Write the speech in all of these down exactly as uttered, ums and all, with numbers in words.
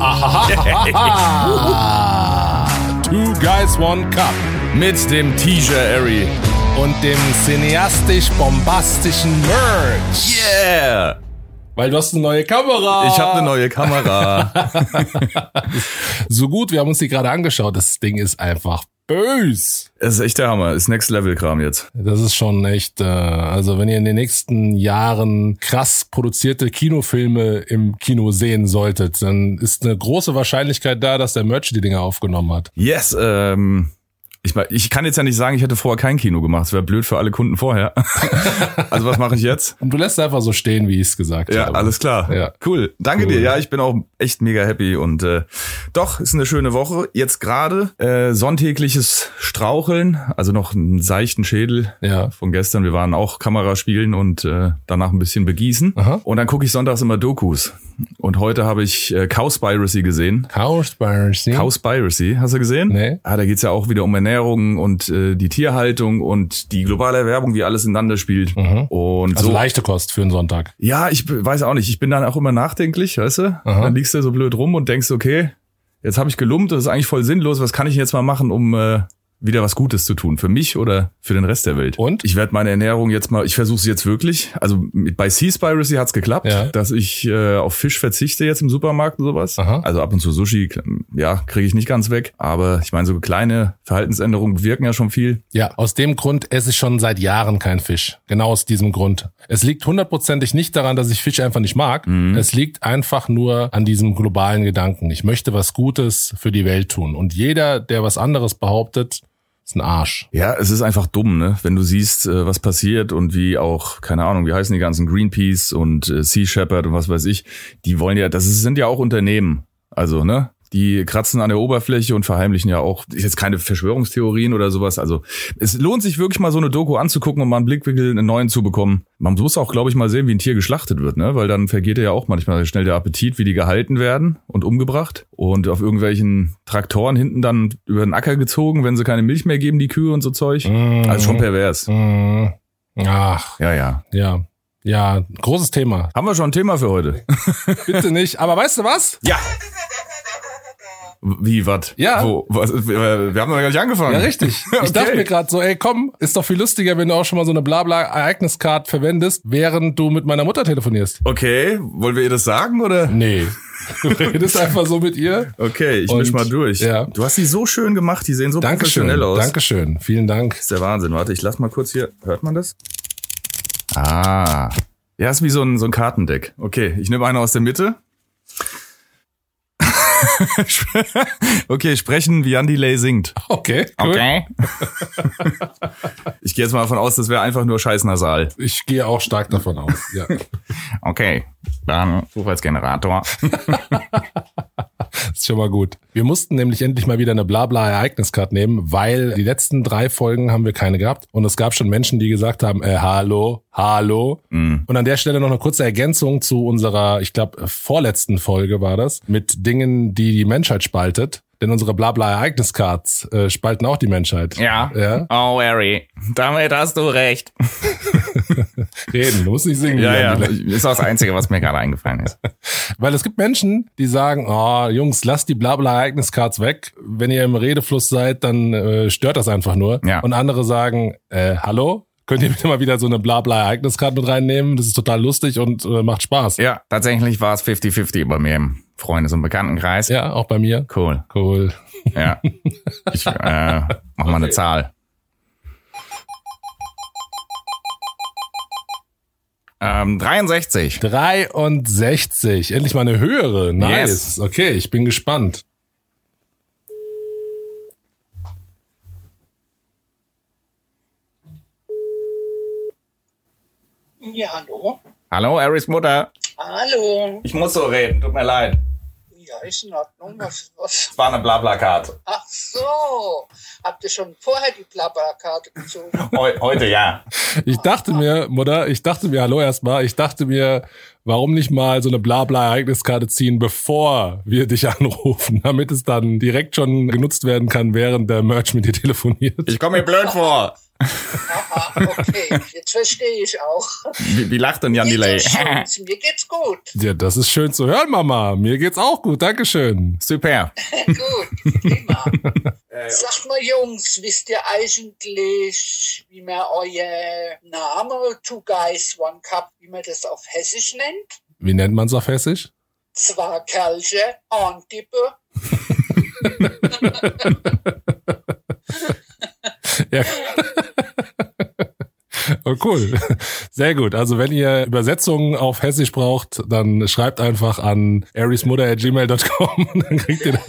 Two Guys, One Cup mit dem T-Shirt Ari und dem cineastisch-bombastischen Merch. Yeah! Weil du hast eine neue Kamera. Ich habe eine neue Kamera. So gut, wir haben uns die gerade angeschaut. Das Ding ist einfach böse. Das ist echt der Hammer. Ist Next-Level-Kram jetzt. Das ist schon echt, äh, also wenn ihr in den nächsten Jahren krass produzierte Kinofilme im Kino sehen solltet, dann ist eine große Wahrscheinlichkeit da, dass der Merch die Dinger aufgenommen hat. Yes, ähm... Ich, ich kann jetzt ja nicht sagen, ich hätte vorher kein Kino gemacht. Das wäre blöd für alle Kunden vorher. Also was mache ich jetzt? Und du lässt einfach so stehen, wie ich es gesagt ja, habe. Ja, alles klar. Ja. Cool. Danke cool. dir. Ja, ich bin auch echt mega happy. Und äh, doch, ist eine schöne Woche. Jetzt gerade äh, sonntägliches Straucheln. Also noch einen seichten Schädel ja. von gestern. Wir waren auch Kameraspielen und äh, danach ein bisschen begießen. Aha. Und dann gucke ich sonntags immer Dokus. Und heute habe ich äh, Cowspiracy gesehen. Cowspiracy? Cowspiracy. Hast du gesehen? Nee. Ah, da geht's ja auch wieder um Ernährung und äh, die Tierhaltung und die globale Erwerbung, wie alles ineinander spielt. Mhm. Und also so leichte Kost für einen Sonntag. Ja, ich weiß auch nicht. Ich bin dann auch immer nachdenklich, weißt du? Aha. Dann liegst du so blöd rum und denkst, okay, jetzt habe ich gelumpt, das ist eigentlich voll sinnlos. Was kann ich jetzt mal machen, um äh, wieder was Gutes zu tun? Für mich oder für den Rest der Welt? Und? Ich werde meine Ernährung jetzt mal, ich versuche es jetzt wirklich. Also mit, bei Seaspiracy hat's geklappt, ja. dass ich äh, auf Fisch verzichte jetzt im Supermarkt und sowas. Aha. Also ab und zu Sushi, ja, kriege ich nicht ganz weg. Aber ich meine, so kleine Verhaltensänderungen bewirken ja schon viel. Ja, aus dem Grund esse ich schon seit Jahren kein Fisch. Genau aus diesem Grund. Es liegt hundertprozentig nicht daran, dass ich Fisch einfach nicht mag. Mhm. Es liegt einfach nur an diesem globalen Gedanken. Ich möchte was Gutes für die Welt tun. Und jeder, der was anderes behauptet, ist ein Arsch. Ja, es ist einfach dumm, ne? Wenn du siehst, was passiert und wie auch, keine Ahnung, wie heißen die ganzen Greenpeace und Sea Shepherd und was weiß ich, die wollen ja, das sind ja auch Unternehmen. Also, ne? Die kratzen an der Oberfläche und verheimlichen ja auch, ist jetzt keine Verschwörungstheorien oder sowas. Also es lohnt sich wirklich mal so eine Doku anzugucken, um mal einen Blickwinkel, einen neuen zu bekommen. Man muss auch, glaube ich, mal sehen, wie ein Tier geschlachtet wird, ne? Weil dann vergeht ja auch manchmal schnell der Appetit, wie die gehalten werden und umgebracht. Und auf irgendwelchen Traktoren hinten dann über den Acker gezogen, wenn sie keine Milch mehr geben, die Kühe und so Zeug. Mm. Also schon pervers. Mm. Ach. Ja, ja. Ja. Ja, großes Thema. Haben wir schon ein Thema für heute? Bitte nicht. Aber weißt du was? Ja. Wie, was? Ja. Wo, was, wir, wir haben noch gar nicht angefangen. Ja, richtig. Ich Okay. dachte mir gerade so, ey, komm, ist doch viel lustiger, wenn du auch schon mal so eine Blabla-Ereigniscard verwendest, während du mit meiner Mutter telefonierst. Okay, wollen wir ihr das sagen, oder? Nee. Du redest einfach so mit ihr. Okay, ich Und, misch mal durch. Ja. Du hast die so schön gemacht, die sehen so Dankeschön, professionell aus. Dankeschön, vielen Dank. Das ist der Wahnsinn. Warte, ich lass mal kurz hier. Hört man das? Ah. Ja, ist wie so ein, so ein Kartendeck. Okay, ich nehme eine aus der Mitte. Okay, sprechen, wie Jan Delay singt. Okay, cool. Okay. Ich gehe jetzt mal davon aus, das wäre einfach nur scheißnasal. Ich gehe auch stark davon aus, ja. Okay, dann Zufallsgenerator. Das ist schon mal gut. Wir mussten nämlich endlich mal wieder eine Blabla-Ereigniscard nehmen, weil die letzten drei Folgen haben wir keine gehabt. Und es gab schon Menschen, die gesagt haben, äh, hallo, hallo. Mm. Und an der Stelle noch eine kurze Ergänzung zu unserer, ich glaube, vorletzten Folge war das, mit Dingen, die die Menschheit spaltet. Denn unsere Blabla-Ereigniscards äh, spalten auch die Menschheit. Ja. ja. Oh, Harry, damit hast du recht. Reden, du musst nicht singen. Ja, ja, ist auch das Einzige, was mir gerade eingefallen ist. Weil es gibt Menschen, die sagen, oh, Jungs, lasst die Blabla-Ereigniscards weg. Wenn ihr im Redefluss seid, dann äh, stört das einfach nur. Ja. Und andere sagen, äh, hallo? Könnt ihr bitte mal wieder so eine Blabla-Ereigniscard mit reinnehmen? Das ist total lustig und äh, macht Spaß. Ja, tatsächlich war es fifty fifty bei mir im Freundes- und Bekanntenkreis. Ja, auch bei mir. Cool. Cool. Ja. Ich äh, mach mal eine Zahl. Ähm, dreiundsechzig. dreiundsechzig. Endlich mal eine höhere. Nice. Yes. Okay, ich bin gespannt. Ja, hallo. Hallo, Harrys Mutter. Hallo. Ich muss so reden, tut mir leid. Ja, ist in Ordnung. Was, was? Es war eine Blabla-Karte. Ach so. Habt ihr schon vorher die Blabla-Karte gezogen? Heu, heute ja. Ich dachte mir, Mutter, ich dachte mir, hallo erstmal, ich dachte mir, warum nicht mal so eine Blabla-Ereigniskarte ziehen, bevor wir dich anrufen, damit es dann direkt schon genutzt werden kann, während der Merch mit dir telefoniert. Ich komme mir blöd vor. Ach Aha, okay, jetzt verstehe ich auch. Wie, wie lacht denn Jan Delay? Mir geht's gut. Ja, das ist schön zu hören, Mama. Mir geht's auch gut. Dankeschön. Super. Gut, prima. Sagt mal, Jungs, wisst ihr eigentlich, wie man euer Name Two Guys One Cup, wie man das auf Hessisch nennt? Wie nennt man's auf Hessisch? Zwei Kerlche, ein Dippe. Ja. Oh, cool. Sehr gut. Also wenn ihr Übersetzungen auf Hessisch braucht, dann schreibt einfach an arismutter at gmail dot com. Dann kriegt ihr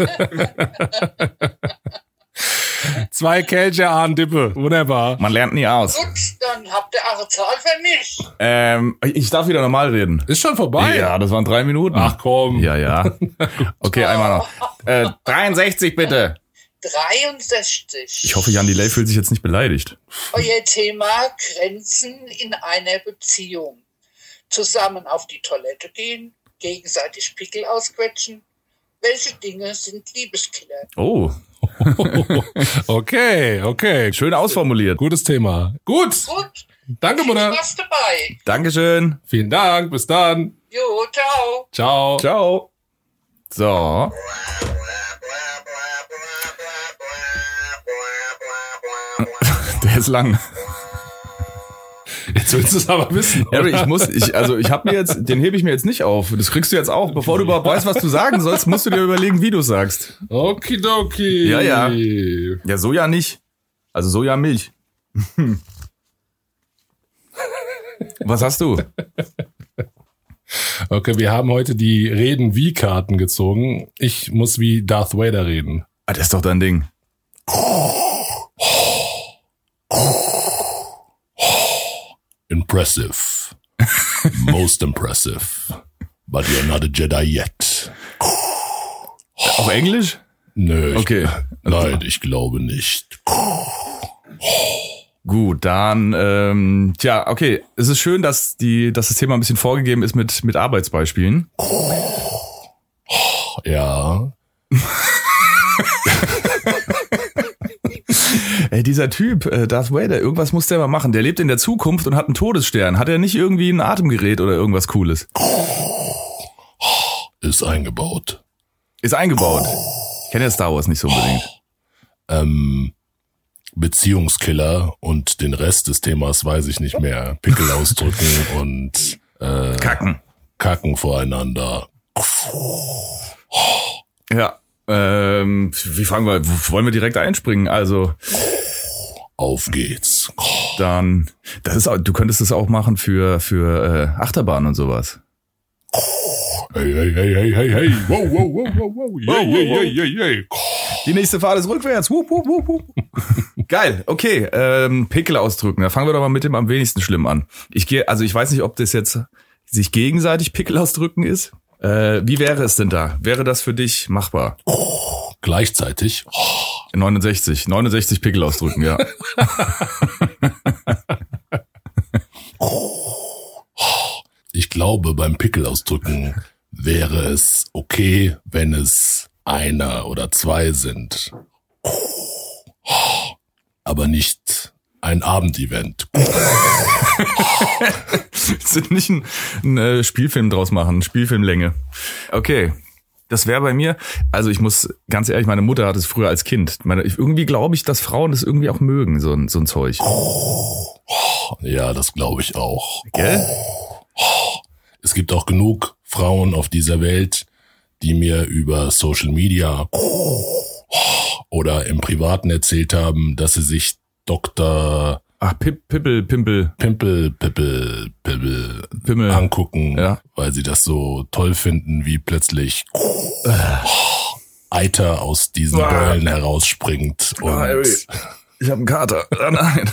zwei Kelche an Dippe. Wunderbar. Man lernt nie aus. Gut, dann habt ihr eure Zahl für mich. Ähm, ich darf wieder normal reden. Ist schon vorbei? Ja, das waren drei Minuten. Ach komm. Ja, ja. Okay, einmal noch. Äh, dreiundsechzig bitte. dreiundsechzig. Ich hoffe, Jan Delay fühlt sich jetzt nicht beleidigt. Euer Thema Grenzen in einer Beziehung. Zusammen auf die Toilette gehen, gegenseitig Pickel ausquetschen. Welche Dinge sind Liebeskiller? Oh. Okay, okay. Schön ausformuliert. Gutes Thema. Gut. Gut, Danke, viel Mutter. Spaß dabei. Dankeschön. Vielen Dank. Bis dann. Jo, ciao. Ciao. Ciao. So. Der ist lang. Jetzt willst du es aber wissen. Ja, aber ich muss, ich, also ich habe mir jetzt, den hebe ich mir jetzt nicht auf. Das kriegst du jetzt auch. Bevor du überhaupt weißt, was du sagen sollst, musst du dir überlegen, wie du sagst. Okidoki. Ja, ja. Ja, Soja nicht. Also Sojamilch. Was hast du? Okay, wir haben heute die Reden-wie-Karten gezogen. Ich muss wie Darth Vader reden. Ah, das ist doch dein Ding. Impressive. Most impressive. But you're not a Jedi yet. Auf Englisch? Nö. Ich, Okay. Nein, ich glaube nicht. Gut, dann, ähm, tja, okay. Es ist schön, dass die, dass das Thema ein bisschen vorgegeben ist mit, mit Arbeitsbeispielen. Ja. Ey, dieser Typ, äh, Darth Vader, irgendwas muss der mal machen. Der lebt in der Zukunft und hat einen Todesstern. Hat er nicht irgendwie ein Atemgerät oder irgendwas Cooles? Ist eingebaut. Ist eingebaut. Ich kenne ja Star Wars nicht so unbedingt. Ähm, Beziehungskiller und den Rest des Themas weiß ich nicht mehr. Pickel ausdrücken und äh, Kacken. Kacken voreinander. Ja. Ähm, wie fangen wir? Wollen wir direkt einspringen? Also Auf geht's. dann, das ist, auch, du könntest das auch machen für für äh, Achterbahn und sowas. Hey, hey, hey, hey, hey, hey. Wow, wow, wow, wow, wow. Yay, yay, yay, yay, yay. Die nächste Fahrt ist rückwärts. Wup, wup, wup, wup. Geil, okay. Ähm, Pickel ausdrücken. Da fangen wir doch mal mit dem am wenigsten schlimm an. Ich gehe, also ich weiß nicht, ob das jetzt sich gegenseitig Pickel ausdrücken ist. Äh, wie wäre es denn da? Wäre das für dich machbar? Gleichzeitig. neunundsechzig. neunundsechzig Pickel ausdrücken, ja. Ich glaube, beim Pickel ausdrücken wäre es okay, wenn es einer oder zwei sind. Aber nicht ein Abendevent. Sind nicht ein, ein äh, Spielfilm draus machen, Spielfilmlänge. Okay, das wäre bei mir, also ich muss ganz ehrlich, meine Mutter hat es früher als Kind. Meine, irgendwie glaube ich, dass Frauen das irgendwie auch mögen, so ein, so ein Zeug. Ja, das glaube ich auch. Gell? Es gibt auch genug Frauen auf dieser Welt, die mir über Social Media oder im Privaten erzählt haben, dass sie sich Doktor Ach, Pip, Pippel, Pimpel. Pimpel, Pippel, Pippel Pimmel. angucken, Ja. weil sie das so toll finden, wie plötzlich Eiter aus diesen Beulen herausspringt. Und Ah, Harry, ich habe einen Kater. Ah, nein.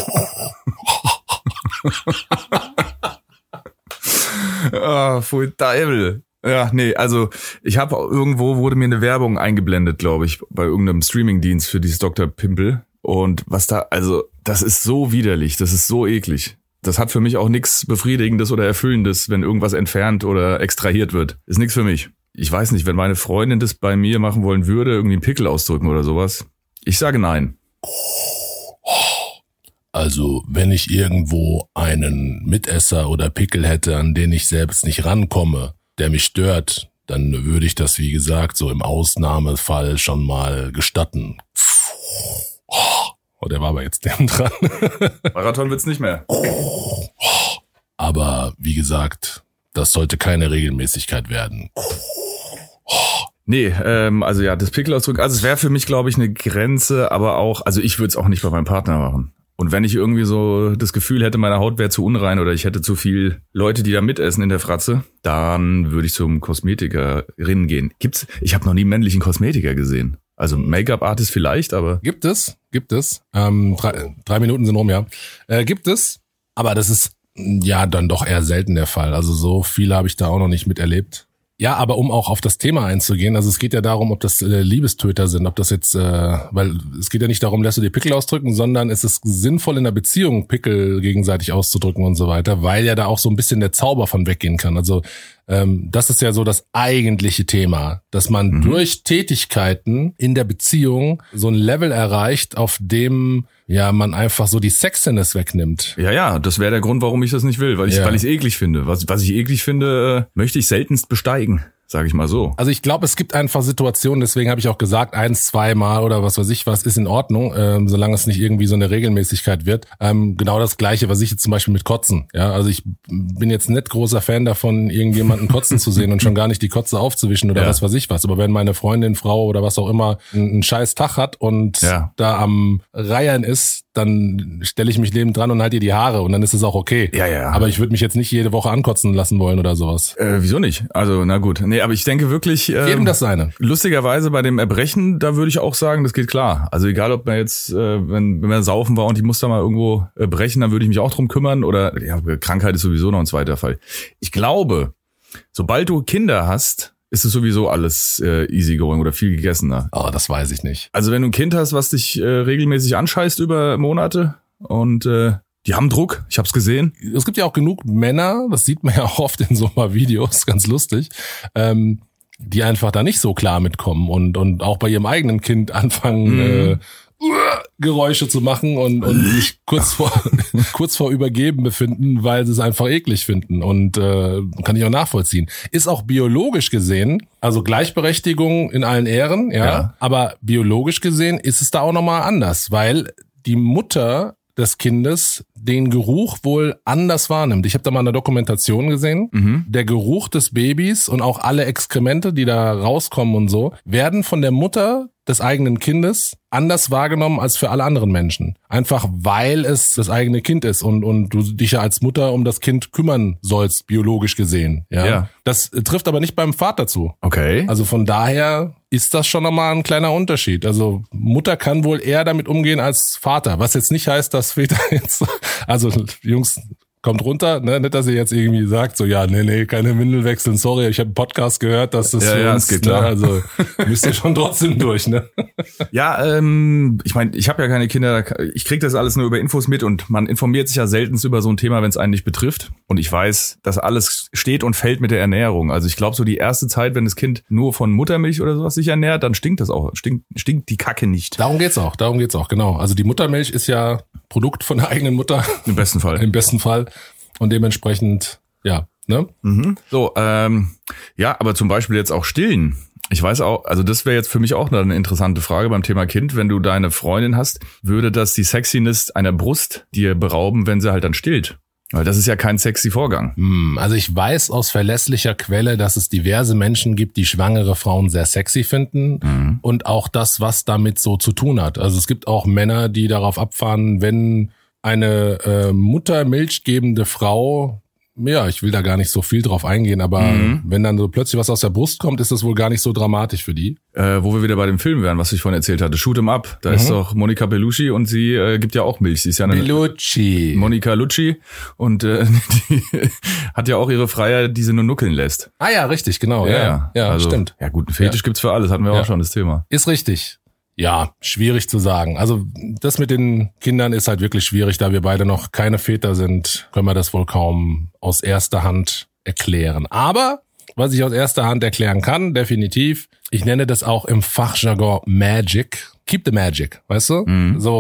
Ah, voll Teufel. Ja, nee, also ich habe irgendwo wurde mir eine Werbung eingeblendet, glaube ich, bei irgendeinem Streamingdienst für dieses Doktor Pimpel. Und was da, also das ist so widerlich, das ist so eklig. Das hat für mich auch nichts Befriedigendes oder Erfüllendes, wenn irgendwas entfernt oder extrahiert wird. Ist nichts für mich. Ich weiß nicht, wenn meine Freundin das bei mir machen wollen würde, irgendwie einen Pickel ausdrücken oder sowas. Ich sage nein. Also, wenn ich irgendwo einen Mitesser oder Pickel hätte, an den ich selbst nicht rankomme, der mich stört, dann würde ich das, wie gesagt, so im Ausnahmefall schon mal gestatten. Oh, der war aber jetzt dem dran. Marathon wird's nicht mehr. Aber, wie gesagt, das sollte keine Regelmäßigkeit werden. Nee, ähm, also ja, das Pickelausdruck, also es wäre für mich, glaube ich, eine Grenze, aber auch, also ich würde es auch nicht bei meinem Partner machen. Und wenn ich irgendwie so das Gefühl hätte, meine Haut wäre zu unrein oder ich hätte zu viel Leute, die da mitessen in der Fratze, dann würde ich zum Kosmetikerin gehen. Gibt's? Ich habe noch nie einen männlichen Kosmetiker gesehen. Also Make-up-Artist vielleicht, aber... Gibt es, gibt es. Ähm, drei, drei Minuten sind rum, ja. Äh, gibt es, aber das ist ja dann doch eher selten der Fall. Also so viele habe ich da auch noch nicht miterlebt. Ja, aber um auch auf das Thema einzugehen, also es geht ja darum, ob das äh, Liebestöter sind, ob das jetzt, äh, weil es geht ja nicht darum, lässt du dir Pickel ausdrücken, sondern es ist sinnvoll in der Beziehung, Pickel gegenseitig auszudrücken und so weiter, weil ja da auch so ein bisschen der Zauber von weggehen kann. Also ähm, das ist ja so das eigentliche Thema, dass man mhm. durch Tätigkeiten in der Beziehung so ein Level erreicht, auf dem ja man einfach so die Sexiness wegnimmt. Ja, ja, das wäre der Grund, warum ich das nicht will, weil ich, ja. weil ich es eklig finde. Was, was ich eklig finde, äh, möchte ich seltenst besteigen. Sage ich mal so. Also ich glaube, es gibt einfach Situationen, deswegen habe ich auch gesagt, eins, zweimal oder was weiß ich was, ist in Ordnung, ähm, solange es nicht irgendwie so eine Regelmäßigkeit wird. Ähm, genau das Gleiche, was ich jetzt zum Beispiel mit Kotzen. Ja, also ich bin jetzt nicht großer Fan davon, irgendjemanden kotzen zu sehen und schon gar nicht die Kotze aufzuwischen oder ja. was weiß ich was. Aber wenn meine Freundin, Frau oder was auch immer einen, einen scheiß Tag hat und ja. da am Reiern ist, dann stelle ich mich lebend dran und halte ihr die Haare und dann ist es auch okay. Ja, ja. Aber ich würde mich jetzt nicht jede Woche ankotzen lassen wollen oder sowas. Äh, wieso nicht? Also, na gut. Nee, aber ich denke wirklich... Ähm, Jedem das seine. Lustigerweise bei dem Erbrechen, da würde ich auch sagen, das geht klar. Also egal, ob man jetzt, äh, wenn, wenn man saufen war und ich muss da mal irgendwo äh, brechen, dann würde ich mich auch drum kümmern. Oder ja, Krankheit ist sowieso noch ein zweiter Fall. Ich glaube, sobald du Kinder hast, ist es sowieso alles äh, easygoing oder viel gegessener. Oh, das weiß ich nicht. Also wenn du ein Kind hast, was dich äh, regelmäßig anscheißt über Monate und äh, die haben Druck, ich hab's gesehen. Es gibt ja auch genug Männer, das sieht man ja auch oft in so mal Videos, ganz lustig, ähm, die einfach da nicht so klar mitkommen und und auch bei ihrem eigenen Kind anfangen, mhm. äh, Geräusche zu machen und, und sich kurz vor kurz vor Übergeben befinden, weil sie es einfach eklig finden und äh, kann ich auch nachvollziehen. Ist auch biologisch gesehen, also Gleichberechtigung in allen Ehren, ja, ja. aber biologisch gesehen ist es da auch nochmal anders, weil die Mutter des Kindes den Geruch wohl anders wahrnimmt. Ich habe da mal eine Dokumentation gesehen. Mhm. Der Geruch des Babys und auch alle Exkremente, die da rauskommen und so, werden von der Mutter des eigenen Kindes anders wahrgenommen als für alle anderen Menschen. Einfach weil es das eigene Kind ist und und du dich ja als Mutter um das Kind kümmern sollst, biologisch gesehen. Ja. ja. Das trifft aber nicht beim Vater zu. Okay. Also von daher ist das schon nochmal ein kleiner Unterschied. Also Mutter kann wohl eher damit umgehen als Vater. Was jetzt nicht heißt, dass Väter jetzt, also Jungs, kommt runter, ne? Nicht, dass ihr jetzt irgendwie sagt, so, ja, nee, nee, keine Windel wechseln, sorry, ich habe einen Podcast gehört, dass das ja, für ja, uns, es geht ne? klar. Also müsst ihr schon trotzdem durch, ne? Ja, ähm, ich meine, ich habe ja keine Kinder, ich krieg das alles nur über Infos mit und man informiert sich ja selten über so ein Thema, wenn es einen nicht betrifft. Und ich weiß, dass alles steht und fällt mit der Ernährung. Also ich glaube, so die erste Zeit, wenn das Kind nur von Muttermilch oder sowas sich ernährt, dann stinkt das auch, stinkt, stinkt die Kacke nicht. Darum geht's auch, darum geht's auch, genau. Also die Muttermilch ist ja Produkt von der eigenen Mutter. Im besten Fall. Im besten Fall. Und dementsprechend, ja, ne? Mhm. So, ähm, ja, aber zum Beispiel jetzt auch stillen. Ich weiß auch, also das wäre jetzt für mich auch eine interessante Frage beim Thema Kind. Wenn du deine Freundin hast, würde das die Sexiness einer Brust dir berauben, wenn sie halt dann stillt? Weil das ist ja kein sexy Vorgang. Also ich weiß aus verlässlicher Quelle, dass es diverse Menschen gibt, die schwangere Frauen sehr sexy finden mhm. und auch das, was damit so zu tun hat. Also es gibt auch Männer, die darauf abfahren, wenn eine äh, muttermilchgebende Frau, ja, ich will da gar nicht so viel drauf eingehen, aber mhm. wenn dann so plötzlich was aus der Brust kommt, ist das wohl gar nicht so dramatisch für die. Äh, wo wir wieder bei dem Film wären, was ich vorhin erzählt hatte, Shoot 'em Up. Da mhm. ist doch Monica Bellucci und sie äh, gibt ja auch Milch. Sie ist ja eine Bellucci. Monica Lucci und äh, die hat ja auch ihre Freier, die sie nur nuckeln lässt. Ah ja, richtig, genau. Ja, ja, ja, ja also, stimmt. Ja gut, ein Fetisch ja. gibt's für alles, hatten wir ja. auch schon das Thema. Ist richtig. Ja, schwierig zu sagen. Also das mit den Kindern ist halt wirklich schwierig, da wir beide noch keine Väter sind, können wir das wohl kaum aus erster Hand erklären. Aber was ich aus erster Hand erklären kann, definitiv, ich nenne das auch im Fachjargon Magic. Keep the Magic, weißt du? Mhm. So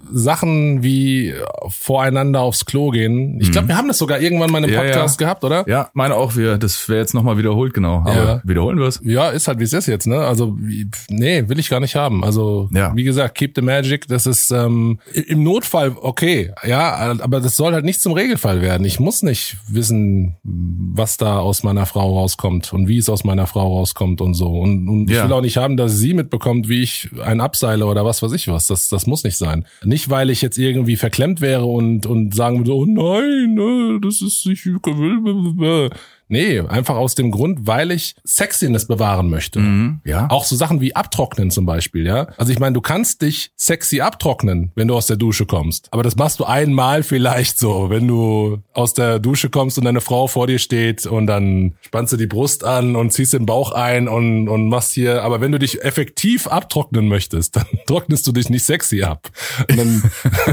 Sachen wie voreinander aufs Klo gehen. Ich glaube, wir haben das sogar irgendwann mal in einem Ja, Podcast ja. gehabt, oder? Ja, meine auch, wir, das wäre jetzt nochmal wiederholt, genau. Aber Ja. wiederholen wir es. Ja, ist halt wie es ist jetzt, ne? Also wie- nee, will ich gar nicht haben. Also Ja. wie gesagt, keep the magic. Das ist ähm, im Notfall okay, ja, aber das soll halt nicht zum Regelfall werden. Ich muss nicht wissen, was da aus meiner Frau rauskommt und wie es aus meiner Frau rauskommt und so. Und, und ich Ja. will auch nicht haben, dass sie mitbekommt, wie ich einen abseile oder was weiß ich was. Das das muss nicht sein. Nicht, weil ich jetzt irgendwie verklemmt wäre und und sagen würde, oh nein, äh, das ist ich will. Nee, einfach aus dem Grund, weil ich Sexiness bewahren möchte. Mhm. Ja. Auch so Sachen wie abtrocknen zum Beispiel, ja. Also ich meine, du kannst dich sexy abtrocknen, wenn du aus der Dusche kommst. Aber das machst du einmal vielleicht so, wenn du aus der Dusche kommst und deine Frau vor dir steht und dann spannst du die Brust an und ziehst den Bauch ein und, und machst hier. Aber wenn du dich effektiv abtrocknen möchtest, dann trocknest du dich nicht sexy ab. Und dann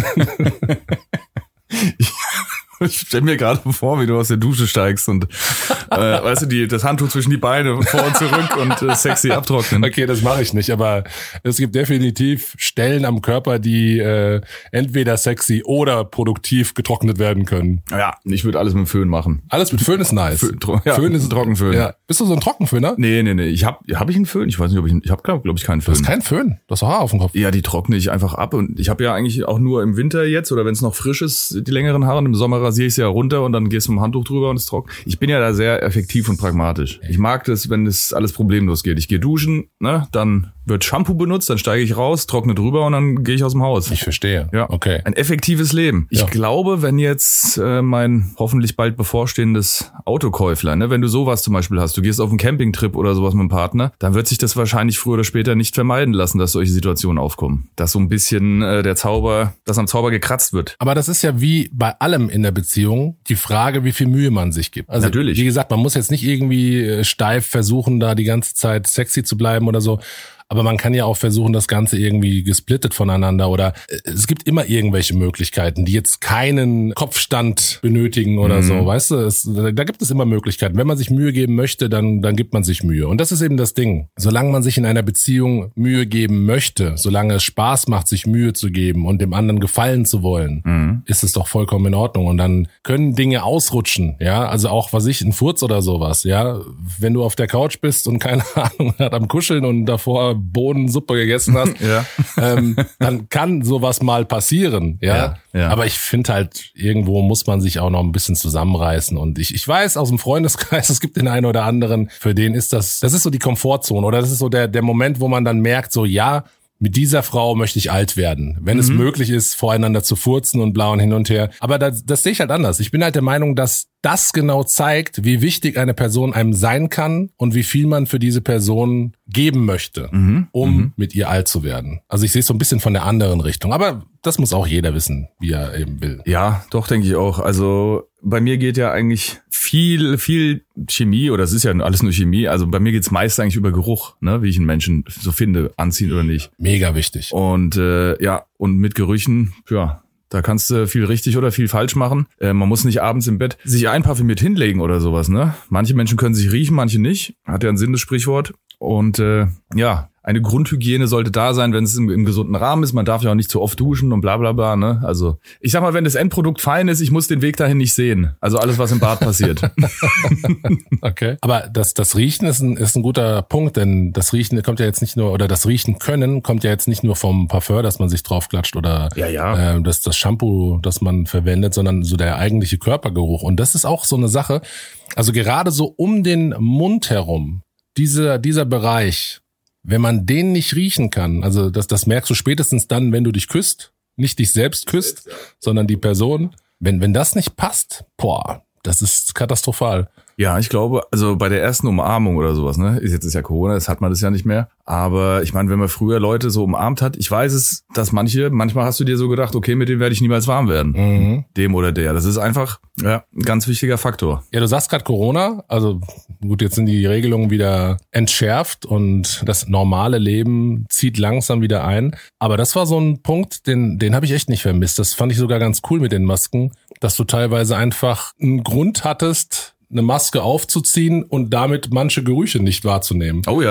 Ich stell mir gerade vor, wie du aus der Dusche steigst und äh, weißt du, die, das Handtuch zwischen die Beine vor und zurück und äh, sexy abtrocknen. Okay, das mache ich nicht, aber es gibt definitiv Stellen am Körper, die äh, entweder sexy oder produktiv getrocknet werden können. Ja, ich würde alles mit dem Föhn machen. Alles mit Föhn ist nice. Föhn, tro- ja, Föhn ist ein Trockenföhn. Ja. Bist du so ein Trockenföhner? Nee, nee, nee. Ich hab, hab ich einen Föhn? Ich weiß nicht, ob ich, ich hab, glaube glaub ich, keinen Du Föhn. hast keinen Föhn. Du hast doch Haar auf dem Kopf. Ja, die trockne ich einfach ab und ich habe ja eigentlich auch nur im Winter jetzt oder wenn es noch frisch ist, die längeren Haare und im Sommer rasiere ich sie ja runter und dann gehst du mit dem Handtuch drüber und es trocken. Ich bin ja da sehr effektiv und pragmatisch. Ich mag das, wenn es alles problemlos geht. Ich gehe duschen, ne, dann wird Shampoo benutzt, dann steige ich raus, trockne drüber und dann gehe ich aus dem Haus. Ich verstehe. Ja, Okay. Ein effektives Leben. Ich Ja. glaube, wenn jetzt äh, mein hoffentlich bald bevorstehendes Autokäuflein, ne, wenn du sowas zum Beispiel hast, du gehst auf einen Campingtrip oder sowas mit dem Partner, dann wird sich das wahrscheinlich früher oder später nicht vermeiden lassen, dass solche Situationen aufkommen. Dass so ein bisschen äh, der Zauber, dass am Zauber gekratzt wird. Aber das ist ja wie bei allem in der Beziehung die Frage, wie viel Mühe man sich gibt. Also Natürlich. Wie gesagt, man muss jetzt nicht irgendwie äh, steif versuchen, da die ganze Zeit sexy zu bleiben oder so. Aber man kann ja auch versuchen, das Ganze irgendwie gesplittet voneinander oder äh, es gibt immer irgendwelche Möglichkeiten, die jetzt keinen Kopfstand benötigen oder Mhm. so, weißt du? Es, da gibt es immer Möglichkeiten. Wenn man sich Mühe geben möchte, dann, dann gibt man sich Mühe. Und das ist eben das Ding. Solange man sich in einer Beziehung Mühe geben möchte, solange es Spaß macht, sich Mühe zu geben und dem anderen gefallen zu wollen, Mhm. ist es doch vollkommen in Ordnung. Und dann können Dinge ausrutschen, ja, also auch, was ich, ein Furz oder sowas, ja. Wenn du auf der Couch bist und keine Ahnung hat am Kuscheln und davor Bohnensuppe gegessen hast, Ja. ähm, dann kann sowas mal passieren, ja. Ja, ja. Aber ich finde halt, irgendwo muss man sich auch noch ein bisschen zusammenreißen. Und ich, ich weiß aus dem Freundeskreis, es gibt den einen oder anderen, für den ist das, das ist so die Komfortzone oder das ist so der, der Moment, wo man dann merkt, so, ja, mit dieser Frau möchte ich alt werden. Wenn es möglich ist, voreinander zu furzen und blau und hin und her. Aber das, das sehe ich halt anders. Ich bin halt der Meinung, dass das genau zeigt, wie wichtig eine Person einem sein kann und wie viel man für diese Person geben möchte, Mhm. um Mhm. mit ihr alt zu werden. Also ich sehe es so ein bisschen von der anderen Richtung. Aber das muss auch jeder wissen, wie er eben will. Ja, doch, denke ich auch. Also bei mir geht ja eigentlich viel, viel Chemie, oder es ist ja alles nur Chemie. Also bei mir geht's meist eigentlich über Geruch, ne, wie ich einen Menschen so finde, anziehen oder nicht. Mega wichtig. Und äh, ja, und mit Gerüchen, ja, da kannst du viel richtig oder viel falsch machen. Äh, man muss nicht abends im Bett sich einparfümiert hinlegen oder sowas, ne? Manche Menschen können sich riechen, manche nicht. Hat ja einen Sinn, das Sprichwort. Und äh, ja, eine Grundhygiene sollte da sein, wenn es im, im gesunden Rahmen ist. Man darf ja auch nicht zu oft duschen und bla bla bla, ne? Also ich sag mal, wenn das Endprodukt fein ist, ich muss den Weg dahin nicht sehen. Also alles, was im Bad passiert. Okay. Aber das, das Riechen ist ein, ist ein guter Punkt, denn das Riechen kommt ja jetzt nicht nur, oder das Riechen können kommt ja jetzt nicht nur vom Parfum, dass man sich draufklatscht oder Ja, ja. Äh, das, das Shampoo, das man verwendet, sondern so der eigentliche Körpergeruch. Und das ist auch so eine Sache, also gerade so um den Mund herum, dieser, dieser Bereich, wenn man den nicht riechen kann, also das, das merkst du spätestens dann, wenn du dich küsst, nicht dich selbst küsst, sondern die Person. Wenn, wenn das nicht passt, boah, das ist katastrophal. Ja, ich glaube, also bei der ersten Umarmung oder sowas, ne? Jetzt ist ja Corona, das hat man das ja nicht mehr. Aber ich meine, wenn man früher Leute so umarmt hat, ich weiß es, dass manche, manchmal hast du dir so gedacht, okay, mit dem werde ich niemals warm werden. Mhm. Dem oder der. Das ist einfach, ja, ein ganz wichtiger Faktor. Ja, du sagst gerade Corona, also gut, jetzt sind die Regelungen wieder entschärft und das normale Leben zieht langsam wieder ein. Aber das war so ein Punkt, den, den habe ich echt nicht vermisst. Das fand ich sogar ganz cool mit den Masken, dass du teilweise einfach einen Grund hattest, eine Maske aufzuziehen und damit manche Gerüche nicht wahrzunehmen. Oh ja.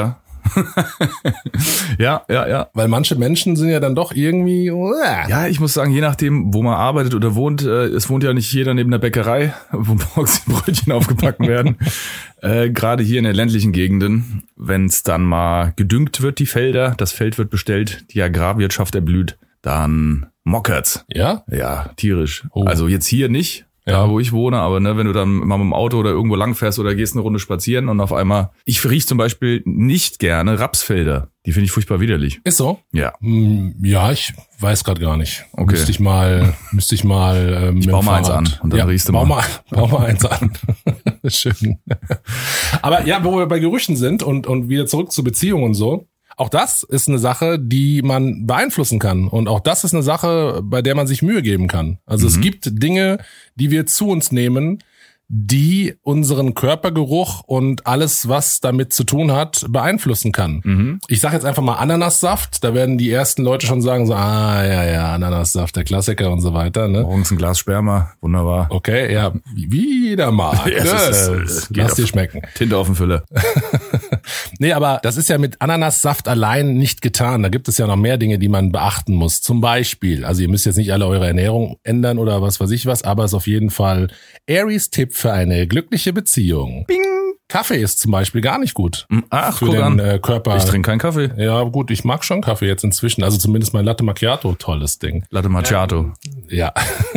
Ja, ja, ja. Weil manche Menschen sind ja dann doch irgendwie... Äh. Ja, ich muss sagen, je nachdem, wo man arbeitet oder wohnt, äh, es wohnt ja nicht jeder neben der Bäckerei, wo morgens die Brötchen aufgebacken werden. Äh, gerade hier in den ländlichen Gegenden, wenn es dann mal gedüngt wird, die Felder, das Feld wird bestellt, die Agrarwirtschaft erblüht, dann mockert's. Ja? Ja, tierisch. Oh. Also jetzt hier nicht, Ja. da wo ich wohne, aber ne, wenn du dann mal mit dem Auto oder irgendwo langfährst oder gehst eine Runde spazieren und auf einmal, ich riech zum Beispiel nicht gerne Rapsfelder. Die finde ich furchtbar widerlich. Ist so? Ja. Hm, Ja, ich weiß gerade gar nicht. Okay. Müsste ich mal, müsste ich mal ähm, Ich mit bau dem mal eins Fahrrad- an und dann ja, riechst du bau mal. mal. Bau mal eins an. Schön. Aber ja, wo wir bei Gerüchen sind und, und wieder zurück zu Beziehungen und so. Auch das ist eine Sache, die man beeinflussen kann. Und auch das ist eine Sache, bei der man sich Mühe geben kann. Also es gibt Dinge, die wir zu uns nehmen, die unseren Körpergeruch und alles, was damit zu tun hat, beeinflussen kann. Ich sage jetzt einfach mal Ananassaft. Da werden die ersten Leute schon sagen, so, ah, ja, ja, Ananassaft, der Klassiker und so weiter. Ne? Morgens ein Glas Sperma, wunderbar. Okay, ja, wie wie jeder mag. Ja, ne? es ist, es geht Lass auf- dir schmecken. Tinte auf den Füller. Nee, aber das ist ja mit Ananassaft allein nicht getan. Da gibt es ja noch mehr Dinge, die man beachten muss. Zum Beispiel, also ihr müsst jetzt nicht alle eure Ernährung ändern oder was weiß ich was, aber es ist auf jeden Fall Aries Tipp für eine glückliche Beziehung. Bing! Kaffee ist zum Beispiel gar nicht gut Ach, für guck den an. äh, Körper. Ich trinke keinen Kaffee. Ja, gut, ich mag schon Kaffee jetzt inzwischen. Also zumindest mein Latte Macchiato, tolles Ding. Latte Macchiato. Ja.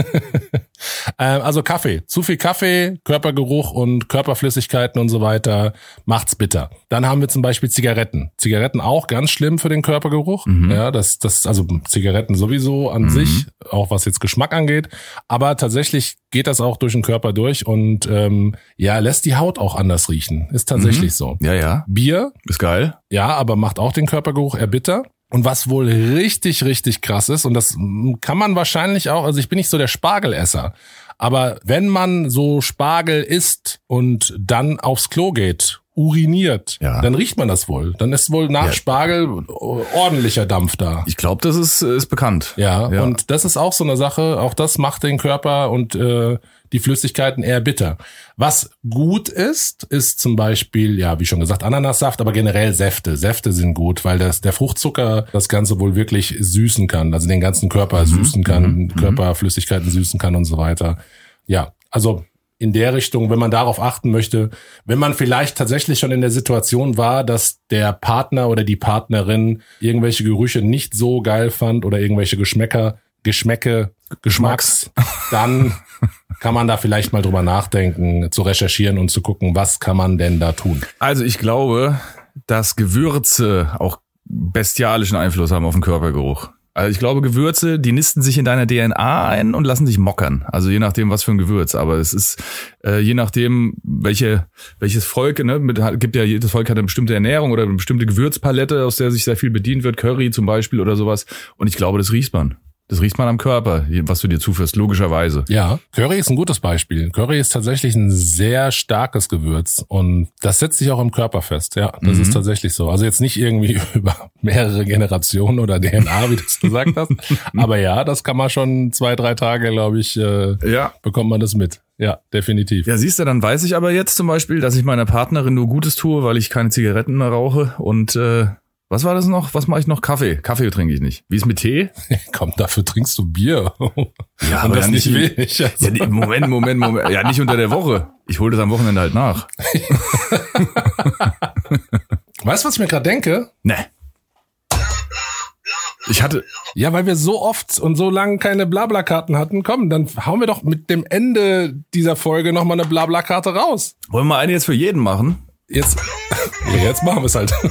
ähm, also Kaffee. Zu viel Kaffee, Körpergeruch und Körperflüssigkeiten und so weiter macht's bitter. Dann haben wir zum Beispiel Zigaretten. Zigaretten auch ganz schlimm für den Körpergeruch. Ja, das, das, also Zigaretten sowieso an sich, auch was jetzt Geschmack angeht. Aber tatsächlich geht das auch durch den Körper durch und ähm, ja, lässt die Haut auch anders riechen. Ist tatsächlich so. Ja, ja. Bier, Ist geil. ja, aber macht auch den Körpergeruch eher bitter. Und was wohl richtig, richtig krass ist, und das kann man wahrscheinlich auch, also ich bin nicht so der Spargelesser, aber wenn man so Spargel isst und dann aufs Klo geht, uriniert, Ja. dann riecht man das wohl. Dann ist wohl nach Ja. Spargel ordentlicher Dampf da. Ich glaube, das ist, ist bekannt. Ja, Ja. und das ist auch so eine Sache, auch das macht den Körper und äh, die Flüssigkeiten eher bitter. Was gut ist, ist zum Beispiel, ja, wie schon gesagt, Ananassaft, aber generell Säfte. Säfte sind gut, weil das der Fruchtzucker das Ganze wohl wirklich süßen kann, also den ganzen Körper süßen kann, Körperflüssigkeiten süßen kann und so weiter. Ja, also in der Richtung, wenn man darauf achten möchte, wenn man vielleicht tatsächlich schon in der Situation war, dass der Partner oder die Partnerin irgendwelche Gerüche nicht so geil fand oder irgendwelche Geschmäcker, Geschmäcke, Geschmacks, dann kann man da vielleicht mal drüber nachdenken, zu recherchieren und zu gucken, was kann man denn da tun. Also ich glaube, dass Gewürze auch bestialischen Einfluss haben auf den Körpergeruch. Also ich glaube, Gewürze, die nisten sich in deiner D N A ein und lassen dich mockern. Also je nachdem, was für ein Gewürz. Aber es ist äh, je nachdem, welche welches Volk, ne, mit, gibt ja jedes Volk hat eine bestimmte Ernährung oder eine bestimmte Gewürzpalette, aus der sich sehr viel bedient wird, Curry zum Beispiel oder sowas. Und ich glaube, das riecht man. Das riecht man am Körper, was du dir zuführst, logischerweise. Ja, Curry ist ein gutes Beispiel. Curry ist tatsächlich ein sehr starkes Gewürz und das setzt sich auch im Körper fest. Ja, das Mhm. ist tatsächlich so. Also jetzt nicht irgendwie über mehrere Generationen oder D N A, wie du es gesagt hast. Aber ja, das kann man schon zwei, drei Tage, glaube ich, äh, Ja. bekommt man das mit. Ja, definitiv. Ja, siehst du, dann weiß ich aber jetzt zum Beispiel, dass ich meiner Partnerin nur Gutes tue, weil ich keine Zigaretten mehr rauche und äh, was war das noch? Was mache ich noch? Kaffee. Kaffee trinke ich nicht. Wie ist mit Tee? Komm, dafür trinkst du Bier. Ja, und aber das ja nicht nicht- wenig. Also. Ja, nee, Moment, Moment, Moment. Ja, nicht unter der Woche. Ich hole das am Wochenende halt nach. Weißt du, was ich mir gerade denke? Ne. Ich hatte, Ja, weil wir so oft und so lange keine Blabla-Karten hatten. Komm, dann hauen wir doch mit dem Ende dieser Folge nochmal eine Blabla-Karte raus. wollen wir eine jetzt für jeden machen? Jetzt, ja, jetzt machen wir es halt.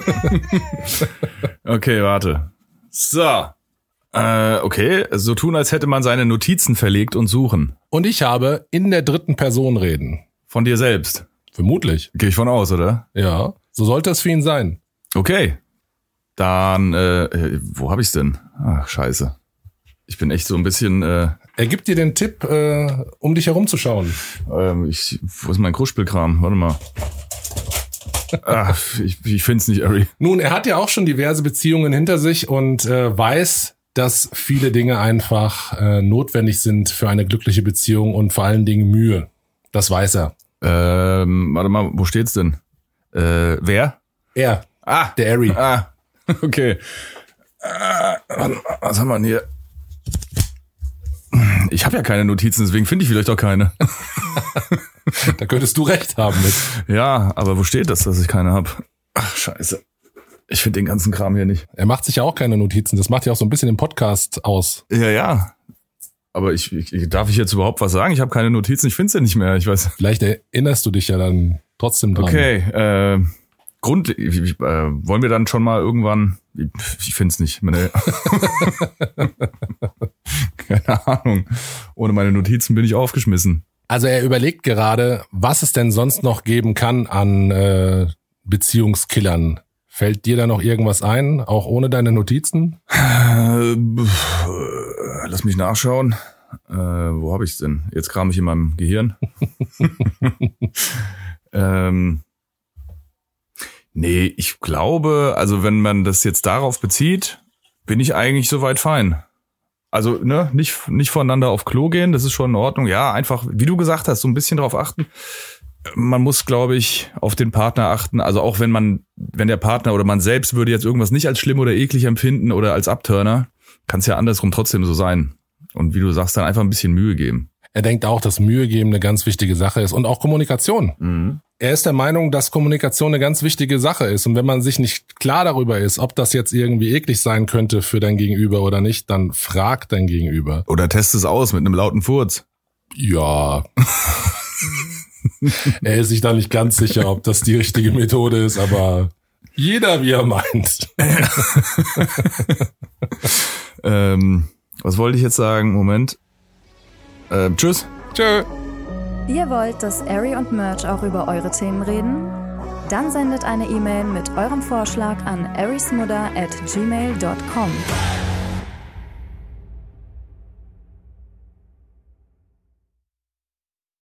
Okay, warte. So. Äh, okay, so tun, als hätte man seine Notizen verlegt und suchen. Und ich habe in der dritten Person reden. Von dir selbst. Vermutlich. Gehe ich von aus, oder? Ja, so sollte es für ihn sein. Okay. Dann, äh, äh, wo hab ich's denn? Ach, scheiße. Ich bin echt so ein bisschen, äh, Er gibt dir den Tipp, äh, um dich herumzuschauen. ähm, ich, wo ist mein Kruschspielkram? Warte mal. Ach, ich, ich find's nicht, Ari. Nun, er hat ja auch schon diverse Beziehungen hinter sich und äh, weiß, dass viele Dinge einfach äh, notwendig sind für eine glückliche Beziehung und vor allen Dingen Mühe. Das weiß er. Ähm, warte mal, wo steht's denn? Äh, wer? Er, Ah, Der Ari. Ah, okay. Ah, was haben wir denn hier? Ich habe ja keine Notizen, deswegen finde ich vielleicht auch keine. Da könntest du recht haben mit. Ja, aber wo steht das, dass ich keine habe? Ach, scheiße. Ich finde den ganzen Kram hier nicht. Er macht sich ja auch keine Notizen. Das macht ja auch so ein bisschen den Podcast aus. Ja, ja. Aber ich, ich darf ich jetzt überhaupt was sagen? Ich habe keine Notizen, ich finde es ja nicht mehr. Ich weiß. Vielleicht erinnerst du dich ja dann trotzdem dran. Okay, äh, Grund, äh, wollen wir dann schon mal irgendwann, ich, ich finde es nicht. Meine, keine Ahnung. Ohne meine Notizen bin ich aufgeschmissen. Also er überlegt gerade, was es denn sonst noch geben kann an äh, Beziehungskillern. Fällt dir da noch irgendwas ein, auch ohne deine Notizen? Äh, lass mich nachschauen. Äh, wo habe ich es denn? Jetzt kram ich in meinem Gehirn. ähm, nee, ich glaube, also wenn man das jetzt darauf bezieht, bin ich eigentlich soweit fein. Also ne, nicht nicht voneinander auf Klo gehen, das ist schon in Ordnung. Ja, einfach, wie du gesagt hast, so ein bisschen drauf achten. Man muss, glaube ich, auf den Partner achten. Also auch wenn man, wenn der Partner oder man selbst würde jetzt irgendwas nicht als schlimm oder eklig empfinden oder als Abturner, kann es ja andersrum trotzdem so sein. Und wie du sagst, dann einfach ein bisschen Mühe geben. Er denkt auch, dass Mühe geben eine ganz wichtige Sache ist und auch Kommunikation. Mhm. Er ist der Meinung, dass Kommunikation eine ganz wichtige Sache ist. Und wenn man sich nicht klar darüber ist, ob das jetzt irgendwie eklig sein könnte für dein Gegenüber oder nicht, dann frag dein Gegenüber. Oder test es aus mit einem lauten Furz. Ja. Er ist sich da nicht ganz sicher, ob das die richtige Methode ist, aber jeder wie er meint. ähm, was wollte ich jetzt sagen? Moment. Ähm, tschüss. Tschö. Ihr wollt, dass Ari und Merch auch über eure Themen reden? Dann sendet eine E-Mail mit eurem Vorschlag an arismudder at gmail dot com.